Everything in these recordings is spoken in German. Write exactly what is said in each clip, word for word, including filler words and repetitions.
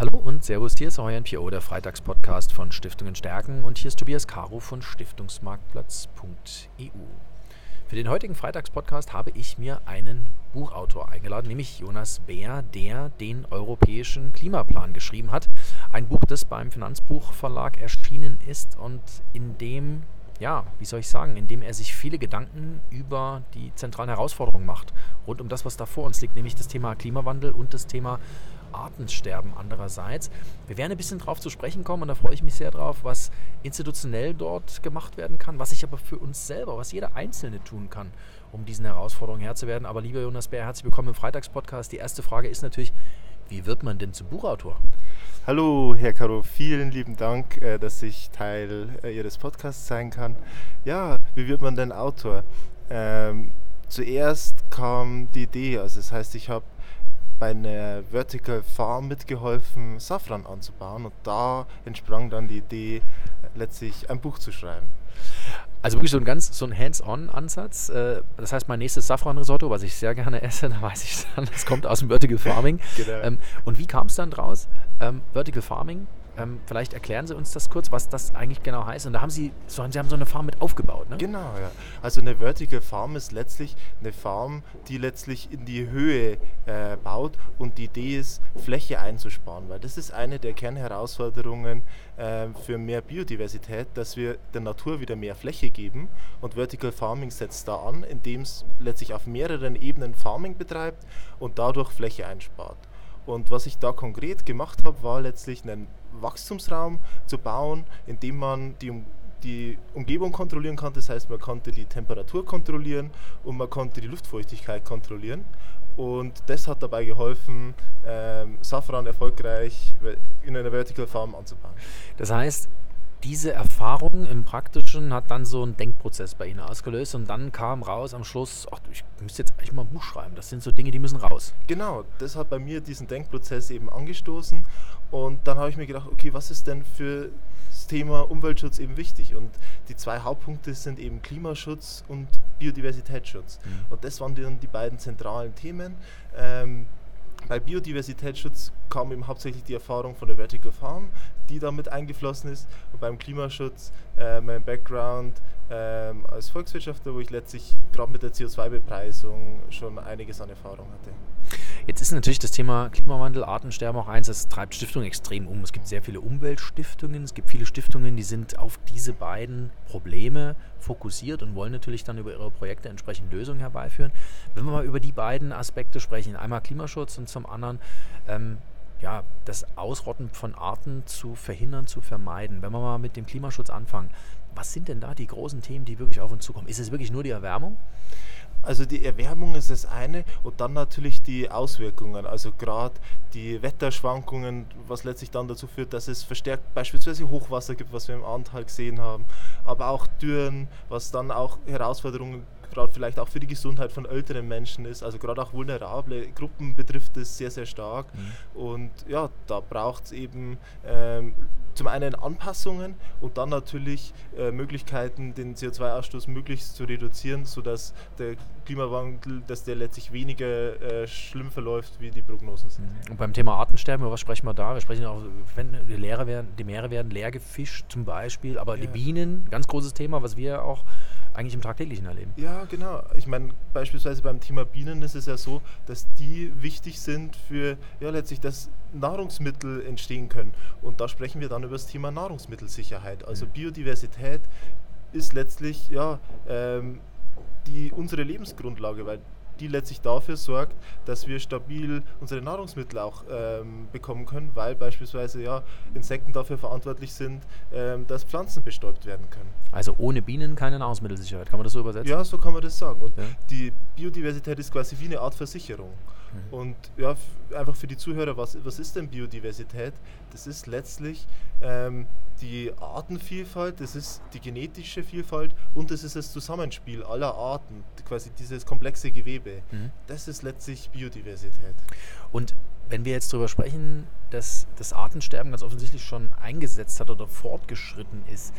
Hallo und Servus, hier ist euer N P O, der Freitagspodcast von Stiftungen stärken, und hier ist Tobias Caro von Stiftungsmarktplatz punkt e u. Für den heutigen Freitagspodcast habe ich mir einen Buchautor eingeladen, nämlich Jonas Bär, der den Europäischen Klimaplan geschrieben hat. Ein Buch, das beim Finanzbuchverlag erschienen ist und in dem, ja, wie soll ich sagen, in dem er sich viele Gedanken über die zentralen Herausforderungen macht, rund um das, was da vor uns liegt, nämlich das Thema Klimawandel und das Thema Artensterben andererseits. Wir werden ein bisschen drauf zu sprechen kommen und da freue ich mich sehr drauf, was institutionell dort gemacht werden kann, was ich aber für uns selber, was jeder Einzelne tun kann, um diesen Herausforderungen Herr zu werden. Aber lieber Jonas Bär, herzlich willkommen im Freitagspodcast. Die erste Frage ist natürlich, wie wird man denn zum Buchautor? Hallo Herr Caro, vielen lieben Dank, dass ich Teil Ihres Podcasts sein kann. Ja, wie wird man denn Autor? Ähm, zuerst kam die Idee, also das heißt, ich habe bei einer Vertical Farm mitgeholfen, Safran anzubauen, und da entsprang dann die Idee, letztlich ein Buch zu schreiben. Also wirklich so ein ganz so ein Hands-on-Ansatz. Das heißt, mein nächstes Safran-Risotto, was ich sehr gerne esse, da weiß ich dann, das kommt aus dem Vertical Farming. Genau. Und wie kam es dann draus? Vertical Farming, vielleicht erklären Sie uns das kurz, was das eigentlich genau heißt. Und da haben Sie, so, Sie haben so eine Farm mit aufgebaut, ne? Genau, ja. Also eine Vertical Farm ist letztlich eine Farm, die letztlich in die Höhe äh, baut, und die Idee ist, Fläche einzusparen, weil das ist eine der Kernherausforderungen äh, für mehr Biodiversität, dass wir der Natur wieder mehr Fläche geben, und Vertical Farming setzt da an, indem es letztlich auf mehreren Ebenen Farming betreibt und dadurch Fläche einspart. Und was ich da konkret gemacht habe, war letztlich einen Wachstumsraum zu bauen, in dem man die, die Umgebung kontrollieren kann. Das heißt, man konnte die Temperatur kontrollieren und man konnte die Luftfeuchtigkeit kontrollieren. Und das hat dabei geholfen, ähm, Safran erfolgreich in einer Vertical Farm anzubauen. Das heißt, diese Erfahrung im Praktischen hat dann so einen Denkprozess bei Ihnen ausgelöst, und dann kam raus am Schluss, ach, ich müsste jetzt eigentlich mal ein Buch schreiben. Das sind so Dinge, die müssen raus. Genau, das hat bei mir diesen Denkprozess eben angestoßen, und dann habe ich mir gedacht, okay, was ist denn für das Thema Umweltschutz eben wichtig? Und die zwei Hauptpunkte sind eben Klimaschutz und Biodiversitätsschutz. Mhm. Und das waren dann die beiden zentralen Themen. Ähm, Bei Biodiversitätsschutz kam eben hauptsächlich die Erfahrung von der Vertical Farm, die damit eingeflossen ist, und beim Klimaschutz äh, mein Background ähm, als Volkswirtschaftler, wo ich letztlich gerade mit der C O zwei Bepreisung schon einiges an Erfahrung hatte. Jetzt ist natürlich das Thema Klimawandel, Artensterben auch eins, das treibt Stiftungen extrem um. Es gibt sehr viele Umweltstiftungen, es gibt viele Stiftungen, die sind auf diese beiden Probleme fokussiert und wollen natürlich dann über ihre Projekte entsprechend Lösungen herbeiführen. Wenn wir mal über die beiden Aspekte sprechen, einmal Klimaschutz und zum anderen ähm, ja, das Ausrotten von Arten zu verhindern, zu vermeiden. Wenn wir mal mit dem Klimaschutz anfangen, was sind denn da die großen Themen, die wirklich auf uns zukommen? Ist es wirklich nur die Erwärmung? Also die Erwärmung ist das eine, und dann natürlich die Auswirkungen, also gerade die Wetterschwankungen, was letztlich dann dazu führt, dass es verstärkt beispielsweise Hochwasser gibt, was wir im Ahrtal gesehen haben, aber auch Dürren, was dann auch Herausforderungen gerade vielleicht auch für die Gesundheit von älteren Menschen ist, also gerade auch vulnerable Gruppen betrifft es sehr, sehr stark. Mhm. Und ja, da braucht es eben ähm, zum einen Anpassungen und dann natürlich äh, Möglichkeiten, den C O zwei Ausstoß möglichst zu reduzieren, sodass der Klimawandel, dass der letztlich weniger äh, schlimm verläuft, wie die Prognosen sind. Und beim Thema Artensterben, über was sprechen wir da? Wir sprechen auch, wenn die, Leere werden, die Meere werden leer gefischt zum Beispiel, aber ja. Die Bienen, ganz großes Thema, was wir auch eigentlich im Tagtäglichen erleben. Ja, genau. Ich meine, beispielsweise beim Thema Bienen ist es ja so, dass die wichtig sind für, ja, letztlich, dass Nahrungsmittel entstehen können. Und da sprechen wir dann über das Thema Nahrungsmittelsicherheit. Also mhm. Biodiversität ist letztlich, ja, ähm, die, unsere Lebensgrundlage, weil die letztlich dafür sorgt, dass wir stabil unsere Nahrungsmittel auch ähm, bekommen können, weil beispielsweise ja Insekten dafür verantwortlich sind, ähm, dass Pflanzen bestäubt werden können. Also ohne Bienen keine Nahrungsmittelsicherheit, kann man das so übersetzen? Ja, so kann man das sagen. Und ja. Die Biodiversität ist quasi wie eine Art Versicherung. Mhm. Und ja, f- einfach für die Zuhörer, was, was ist denn Biodiversität? Das ist letztlich ähm, die Artenvielfalt, das ist die genetische Vielfalt und das ist das Zusammenspiel aller Arten, quasi dieses komplexe Gewebe. Mhm. Das ist letztlich Biodiversität. Und wenn wir jetzt darüber sprechen, dass das Artensterben ganz offensichtlich schon eingesetzt hat oder fortgeschritten ist,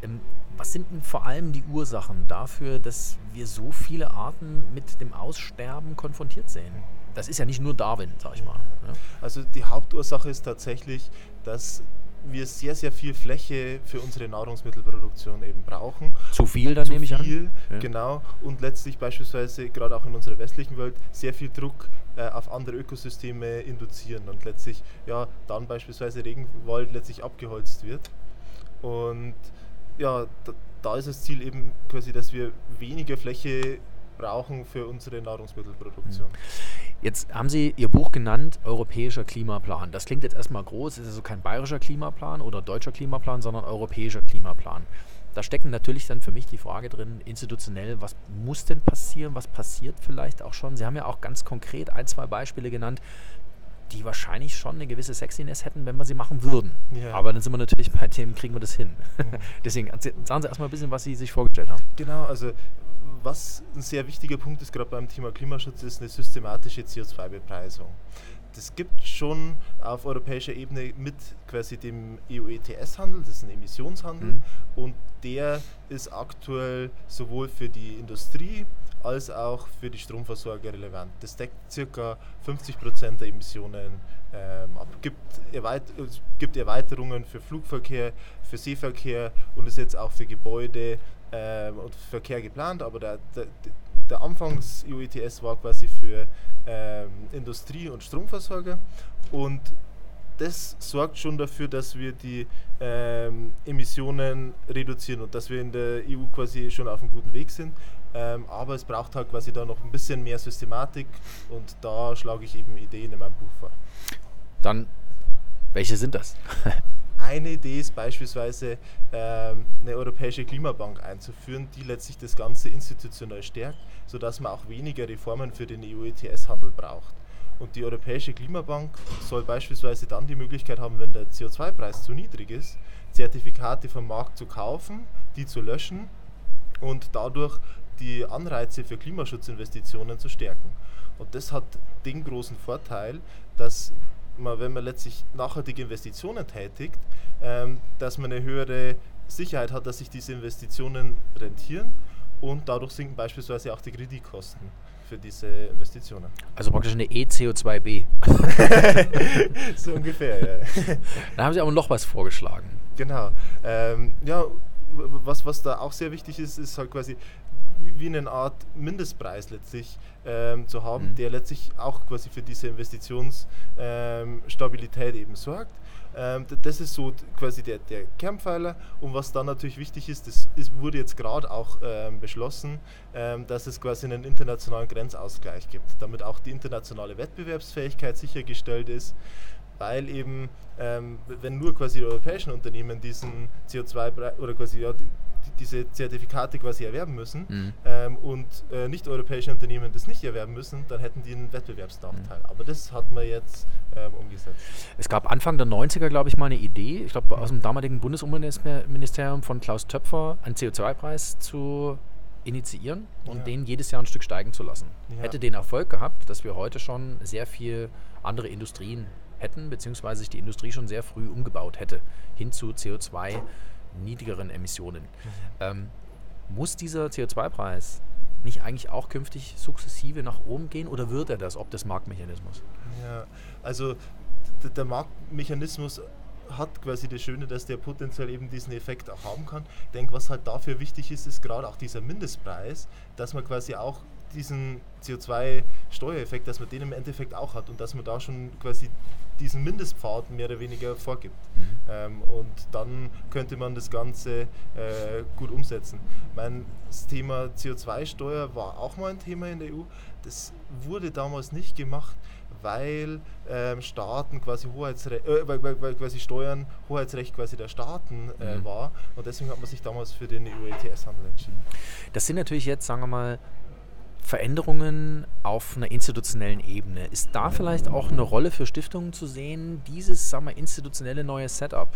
Ähm, was sind denn vor allem die Ursachen dafür, dass wir so viele Arten mit dem Aussterben konfrontiert sehen? Das ist ja nicht nur Darwin, sag ich mal. Ja. Also die Hauptursache ist tatsächlich, dass wir sehr, sehr viel Fläche für unsere Nahrungsmittelproduktion eben brauchen. Zu viel, dann Zu nehme ich viel, an. Ja. Genau. Und letztlich beispielsweise, gerade auch in unserer westlichen Welt, sehr viel Druck äh, auf andere Ökosysteme induzieren und letztlich ja dann beispielsweise Regenwald letztlich abgeholzt wird. Und ja, da, da ist das Ziel eben quasi, dass wir weniger Fläche brauchen für unsere Nahrungsmittelproduktion. Jetzt haben Sie Ihr Buch genannt, Europäischer Klimaplan. Das klingt jetzt erstmal groß, ist also kein bayerischer Klimaplan oder deutscher Klimaplan, sondern europäischer Klimaplan. Da stecken natürlich dann für mich die Frage drin, institutionell, was muss denn passieren, was passiert vielleicht auch schon? Sie haben ja auch ganz konkret ein, zwei Beispiele genannt, die wahrscheinlich schon eine gewisse Sexiness hätten, wenn wir sie machen würden. Ja. Aber dann sind wir natürlich bei dem, kriegen wir das hin. Mhm. Deswegen sagen Sie erstmal ein bisschen, was Sie sich vorgestellt haben. Genau, also was ein sehr wichtiger Punkt ist, gerade beim Thema Klimaschutz, ist eine systematische C O zwei Bepreisung. Das gibt schon auf europäischer Ebene mit quasi dem E U E T S-Handel, das ist ein Emissionshandel, mhm. und der ist aktuell sowohl für die Industrie als auch für die Stromversorger relevant. Das deckt ca. fünfzig Prozent der Emissionen ähm, ab. Gibt, Erweit- es gibt Erweiterungen für Flugverkehr, für Seeverkehr und ist jetzt auch für Gebäude ähm, und Verkehr geplant, aber der, der, der Anfangs-E U E T S war quasi für ähm, Industrie- und Stromversorger, und das sorgt schon dafür, dass wir die ähm, Emissionen reduzieren und dass wir in der E U quasi schon auf einem guten Weg sind. Ähm, aber es braucht halt quasi da noch ein bisschen mehr Systematik, und da schlage ich eben Ideen in meinem Buch vor. Dann, welche sind das? Eine Idee ist beispielsweise ähm, eine europäische Klimabank einzuführen, die letztlich das Ganze institutionell stärkt, sodass man auch weniger Reformen für den E U E T S-Handel braucht. Und die Europäische Klimabank soll beispielsweise dann die Möglichkeit haben, wenn der C O zwei Preis zu niedrig ist, Zertifikate vom Markt zu kaufen, die zu löschen und dadurch die Anreize für Klimaschutzinvestitionen zu stärken. Und das hat den großen Vorteil, dass man, wenn man letztlich nachhaltige Investitionen tätigt, ähm, dass man eine höhere Sicherheit hat, dass sich diese Investitionen rentieren, und dadurch sinken beispielsweise auch die Kreditkosten für diese Investitionen. Also praktisch eine E C O zwei B. So ungefähr, ja. Da haben Sie aber noch was vorgeschlagen. Genau. Ähm, ja, was, was da auch sehr wichtig ist, ist halt quasi wie eine Art Mindestpreis letztlich ähm, zu haben, mhm. der letztlich auch quasi für diese Investitionsstabilität ähm, eben sorgt. Ähm, das ist so quasi der, der Kernpfeiler, und was dann natürlich wichtig ist, das ist, wurde jetzt gerade auch ähm, beschlossen, ähm, dass es quasi einen internationalen Grenzausgleich gibt, damit auch die internationale Wettbewerbsfähigkeit sichergestellt ist, weil eben, ähm, wenn nur quasi die europäischen Unternehmen diesen C O zwei oder quasi ja, die, diese Zertifikate quasi erwerben müssen, mhm. ähm, und äh, nicht-europäische Unternehmen das nicht erwerben müssen, dann hätten die einen Wettbewerbsnachteil. Mhm. Aber das hat man jetzt ähm, umgesetzt. Es gab Anfang der neunziger, glaube ich, mal eine Idee, ich glaube aus dem damaligen Bundesumweltministerium von Klaus Töpfer, einen C O zwei Preis zu initiieren und ja. den jedes Jahr ein Stück steigen zu lassen. Ja. Hätte den Erfolg gehabt, dass wir heute schon sehr viel andere Industrien hätten, beziehungsweise sich die Industrie schon sehr früh umgebaut hätte, hin zu C O zwei niedrigeren Emissionen. Mhm. Ähm, muss dieser C O zwei Preis nicht eigentlich auch künftig sukzessive nach oben gehen, oder wird er das, ob des Marktmechanismus? Ja, also d- der Marktmechanismus hat quasi das Schöne, dass der potenziell eben diesen Effekt auch haben kann. Ich denke, was halt dafür wichtig ist, ist gerade auch dieser Mindestpreis, dass man quasi auch diesen C O zwei Steuereffekt, dass man den im Endeffekt auch hat und dass man da schon quasi diesen Mindestpfad mehr oder weniger vorgibt. Mhm. Ähm, und dann könnte man das Ganze äh, gut umsetzen. Mein, das Thema C O zwei Steuer war auch mal ein Thema in der E U. Das wurde damals nicht gemacht, weil ähm, Staaten quasi Hoheitsrecht, äh, weil, weil, weil quasi Steuern Hoheitsrecht quasi der Staaten äh, mhm. war, und deswegen hat man sich damals für den E U E T S-Handel entschieden. Das sind natürlich jetzt, sagen wir mal, Veränderungen auf einer institutionellen Ebene. Ist da vielleicht auch eine Rolle für Stiftungen zu sehen, dieses, sagen wir, institutionelle neue Setup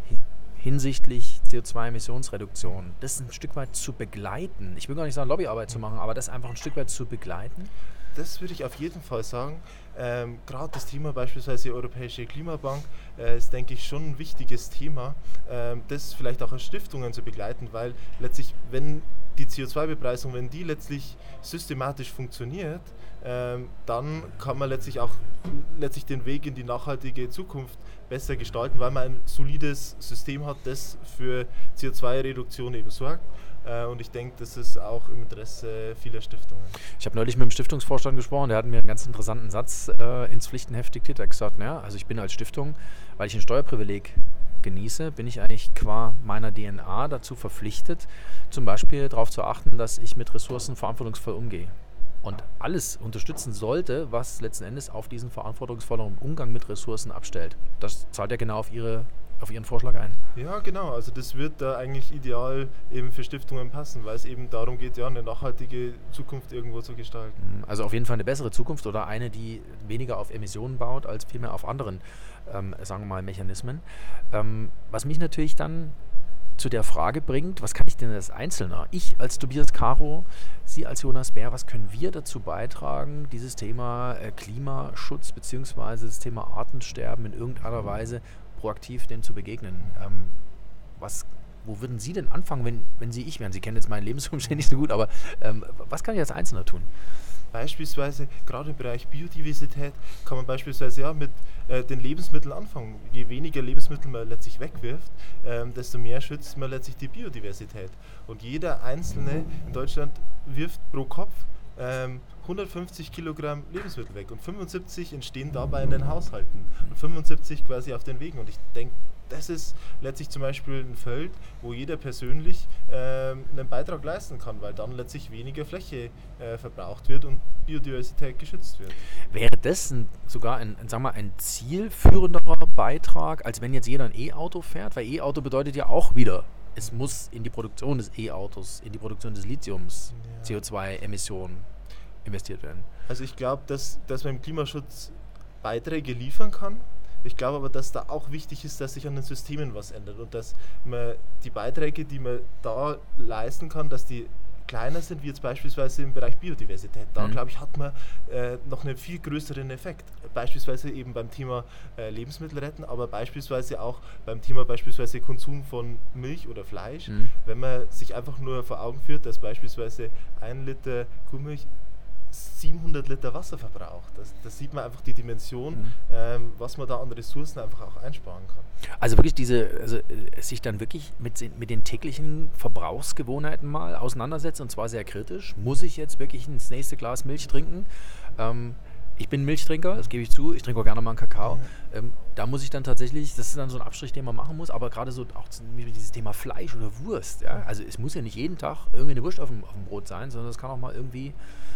hinsichtlich C O zwei Emissionsreduktion, das ein Stück weit zu begleiten? Ich will gar nicht sagen, Lobbyarbeit zu machen, aber das einfach ein Stück weit zu begleiten? das würde ich auf jeden Fall sagen. Ähm, Gerade das Thema beispielsweise Europäische Klimabank äh, ist, denke ich, schon ein wichtiges Thema, ähm, das vielleicht auch als Stiftungen zu begleiten, weil letztlich, wenn die C O zwei Bepreisung, wenn die letztlich systematisch funktioniert, ähm, dann kann man letztlich auch letztlich den Weg in die nachhaltige Zukunft besser gestalten, weil man ein solides System hat, das für C O zwei Reduktion eben sorgt. Und ich denke, das ist auch im Interesse vieler Stiftungen. Ich habe neulich mit dem Stiftungsvorstand gesprochen, der hat mir einen ganz interessanten Satz äh, ins Pflichtenheft diktiert. Er hat gesagt, naja, also ich bin als Stiftung, weil ich ein Steuerprivileg genieße, bin ich eigentlich qua meiner D N A dazu verpflichtet, zum Beispiel darauf zu achten, dass ich mit Ressourcen verantwortungsvoll umgehe. Und alles unterstützen sollte, was letzten Endes auf diesen verantwortungsvollen Umgang mit Ressourcen abstellt. Das zahlt ja genau auf Ihre auf Ihren Vorschlag ein. Ja, genau. Also das wird da eigentlich ideal eben für Stiftungen passen, weil es eben darum geht, ja, eine nachhaltige Zukunft irgendwo zu gestalten. Also auf jeden Fall eine bessere Zukunft oder eine, die weniger auf Emissionen baut, als vielmehr auf anderen, ähm, sagen wir mal, Mechanismen. Ähm, was mich natürlich dann zu der Frage bringt, was kann ich denn als Einzelner, ich als Tobias Caro, Sie als Jonas Bär, was können wir dazu beitragen, dieses Thema äh, Klimaschutz bzw. das Thema Artensterben in irgendeiner Weise proaktiv dem zu begegnen. Ähm, was, wo würden Sie denn anfangen, wenn, wenn Sie ich wären? Sie kennen jetzt meinen Lebensumstand nicht so gut, aber ähm, was kann ich als Einzelner tun? Beispielsweise, gerade im Bereich Biodiversität, kann man beispielsweise ja mit äh, den Lebensmitteln anfangen. Je weniger Lebensmittel man letztlich wegwirft, ähm, desto mehr schützt man letztlich die Biodiversität. Und jeder Einzelne in Deutschland wirft pro Kopf ähm, hundertfünfzig Kilogramm Lebensmittel weg und fünfundsiebzig entstehen dabei in den Haushalten und fünfundsiebzig quasi auf den Wegen. Und ich denke, das ist letztlich zum Beispiel ein Feld, wo jeder persönlich ähm, einen Beitrag leisten kann, weil dann letztlich weniger Fläche äh, verbraucht wird und Biodiversität geschützt wird. Wäre das ein, sogar ein, sagen wir, ein zielführenderer Beitrag, als wenn jetzt jeder ein E-Auto fährt? Weil E-Auto bedeutet ja auch wieder, es muss in die Produktion des E-Autos, in die Produktion des Lithiums, ja. C O zwei Emissionen investiert werden. Also ich glaube, dass, dass man im Klimaschutz Beiträge liefern kann. Ich glaube aber, dass da auch wichtig ist, dass sich an den Systemen was ändert und dass man die Beiträge, die man da leisten kann, dass die kleiner sind, wie jetzt beispielsweise im Bereich Biodiversität. Da, mhm. glaube ich, hat man äh, noch einen viel größeren Effekt. Beispielsweise eben beim Thema äh, Lebensmittel retten, aber beispielsweise auch beim Thema beispielsweise Konsum von Milch oder Fleisch. Mhm. Wenn man sich einfach nur vor Augen führt, dass beispielsweise ein Liter Kuhmilch siebenhundert Liter Wasser verbraucht. Das, das sieht man einfach die Dimension, mhm. ähm, was man da an Ressourcen einfach auch einsparen kann. Also wirklich diese, also äh, sich dann wirklich mit, mit den täglichen Verbrauchsgewohnheiten mal auseinandersetzen und zwar sehr kritisch. Muss ich jetzt wirklich das nächste Glas Milch trinken? Ähm, ich bin Milchtrinker, das gebe ich zu, ich trinke auch gerne mal einen Kakao. Ja. Ähm, da muss ich dann tatsächlich, das ist dann so ein Abstrich, den man machen muss, aber gerade so auch dieses Thema Fleisch oder Wurst. Ja? Also es muss ja nicht jeden Tag irgendwie eine Wurst auf dem, auf dem Brot sein, sondern es kann auch mal irgendwie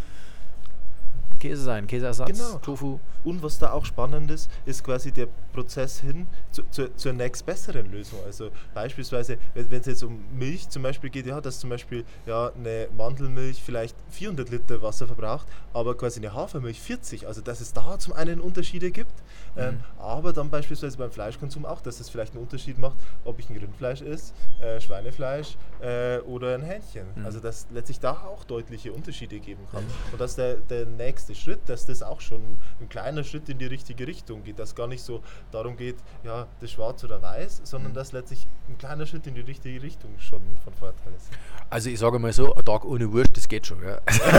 Käse sein, Käseersatz, genau. Tofu. Und was da auch spannend ist, ist quasi der Prozess hin zu, zu, zur nächstbesseren Lösung. Also beispielsweise, wenn es jetzt um Milch zum Beispiel geht, ja, dass zum Beispiel ja, eine Mandelmilch vielleicht vierhundert Liter Wasser verbraucht, aber quasi eine Hafermilch vierzig. Also dass es da zum einen Unterschiede gibt, mhm. ähm, aber dann beispielsweise beim Fleischkonsum auch, dass es vielleicht einen Unterschied macht, ob ich ein Rindfleisch esse, äh, Schweinefleisch äh, oder ein Hähnchen. Mhm. Also dass letztlich da auch deutliche Unterschiede geben kann. Mhm. Und dass der, der nächste Schritt, dass das auch schon ein kleiner Schritt in die richtige Richtung geht, dass gar nicht so darum geht, ja, das schwarz oder weiß, sondern mhm. dass letztlich ein kleiner Schritt in die richtige Richtung schon von Vorteil ist. Also ich sage mal so, ein Tag ohne Wurst, das geht schon. Ja.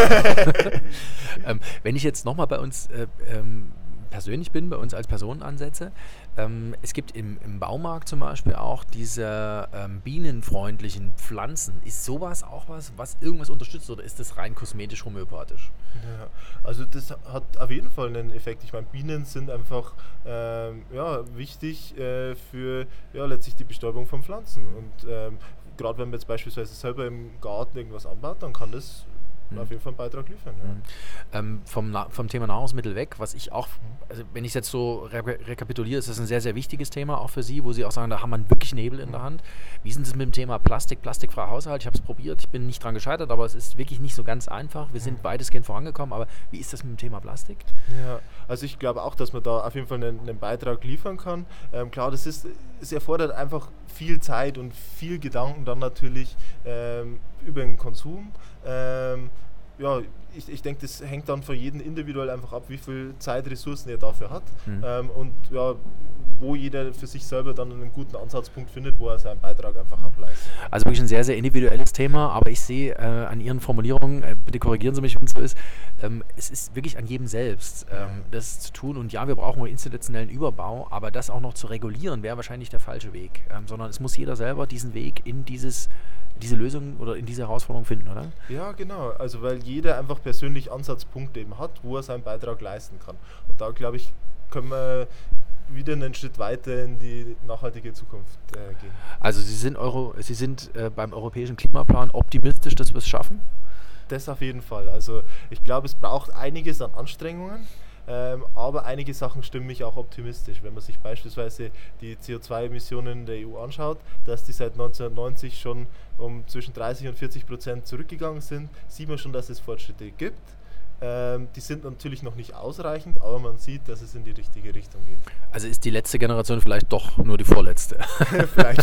ähm, wenn ich jetzt nochmal bei uns äh, ähm, persönlich bin, bei uns als Personen ansetze, ähm, es gibt im, im Baumarkt zum Beispiel auch diese ähm, bienenfreundlichen Pflanzen. Ist sowas auch was, was irgendwas unterstützt oder ist das rein kosmetisch homöopathisch? Ja, also das hat auf jeden Fall einen Effekt. Ich meine, Bienen sind einfach ähm, ja, wichtig äh, für ja, letztlich die Bestäubung von Pflanzen. Und ähm, gerade wenn man jetzt beispielsweise selber im Garten irgendwas anbaut, dann kann das mhm. auf jeden Fall einen Beitrag liefern. Ja. Mhm. Ähm, vom, Na- vom Thema Nahrungsmittel weg, was ich auch, also wenn ich es jetzt so re- rekapituliere, ist das ein sehr, sehr wichtiges Thema auch für Sie, wo Sie auch sagen, da haben wir wirklich Nebel in der Hand. Wie ist es mit dem Thema Plastik, plastikfreier Haushalt? Ich habe es probiert, ich bin nicht dran gescheitert, aber es ist wirklich nicht so ganz einfach. Wir sind weitestgehend vorangekommen, aber wie ist das mit dem Thema Plastik? Ja, also ich glaube auch, dass man da auf jeden Fall einen, einen Beitrag liefern kann. Ähm, klar, das ist, es erfordert einfach viel Zeit und viel Gedanken dann natürlich ähm, über den Konsum. Ähm, ja, ich, ich denke, das hängt dann für jeden individuell einfach ab, wie viel Zeit, Ressourcen er dafür hat mhm. ähm, und ja, wo jeder für sich selber dann einen guten Ansatzpunkt findet, wo er seinen Beitrag einfach auch leistet. Also wirklich ein sehr, sehr individuelles Thema, aber ich sehe äh, an Ihren Formulierungen, äh, bitte korrigieren Sie mich, wenn es so ist, ähm, es ist wirklich an jedem selbst, ähm, das zu tun. Und ja, wir brauchen einen institutionellen Überbau, aber das auch noch zu regulieren, wäre wahrscheinlich der falsche Weg. Ähm, sondern es muss jeder selber diesen Weg in dieses, diese Lösung oder in diese Herausforderung finden, oder? Ja, genau. Also weil jeder einfach persönlich Ansatzpunkte eben hat, wo er seinen Beitrag leisten kann. Und da, glaube ich, können wir wieder einen Schritt weiter in die nachhaltige Zukunft äh, gehen. Also Sie sind, Euro, Sie sind äh, beim europäischen Klimaplan optimistisch, dass wir es schaffen? Das auf jeden Fall. Also ich glaube, es braucht einiges an Anstrengungen, ähm, aber einige Sachen stimmen mich auch optimistisch. Wenn man sich beispielsweise die C O zwei Emissionen der E U anschaut, dass die seit neunzehnhundertneunzig schon um zwischen dreißig und vierzig Prozent zurückgegangen sind, sieht man schon, dass es Fortschritte gibt. Ähm, die sind natürlich noch nicht ausreichend, aber man sieht, dass es in die richtige Richtung geht. Also ist die letzte Generation vielleicht doch nur die vorletzte? Vielleicht.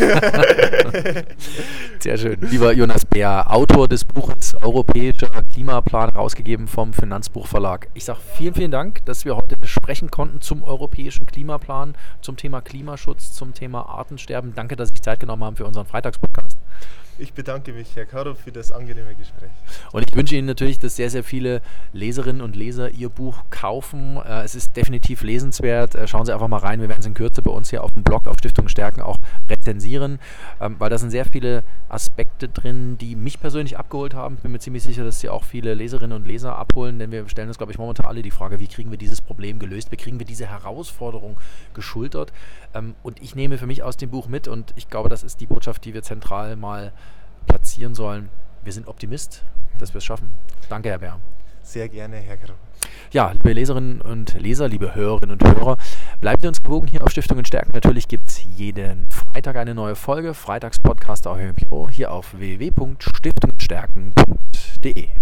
Sehr schön. Lieber Jonas Beer, Autor des Buches Europäischer Klimaplan, rausgegeben vom Finanzbuchverlag. Ich sage vielen, vielen Dank, dass wir heute sprechen konnten zum Europäischen Klimaplan, zum Thema Klimaschutz, zum Thema Artensterben. Danke, dass Sie sich Zeit genommen haben für unseren Freitagspodcast. Ich bedanke mich, Herr Caro, für das angenehme Gespräch. Und ich wünsche Ihnen natürlich, dass sehr, sehr viele Leserinnen und Leser Ihr Buch kaufen. Äh, es ist definitiv lesenswert. Äh, schauen Sie einfach mal rein. Wir werden es in Kürze bei uns hier auf dem Blog auf Stiftung Stärken auch rezensieren, ähm, weil da sind sehr viele Aspekte drin, die mich persönlich abgeholt haben. Ich bin mir ziemlich sicher, dass Sie auch viele Leserinnen und Leser abholen, denn wir stellen uns, glaube ich, momentan alle die Frage, wie kriegen wir dieses Problem gelöst, wie kriegen wir diese Herausforderung geschultert. Ähm, und ich nehme für mich aus dem Buch mit, und ich glaube, das ist die Botschaft, die wir zentral mal platzieren sollen. Wir sind Optimist, dass wir es schaffen. Danke, Herr Beer. Sehr gerne, Herr Grau. Ja, liebe Leserinnen und Leser, liebe Hörerinnen und Hörer, bleibt ihr uns gewogen hier auf Stiftungen Stärken. Natürlich gibt es jeden Freitag eine neue Folge, Freitagspodcast auf H M P O, hier auf w w w punkt stiftungen stärken punkt d e.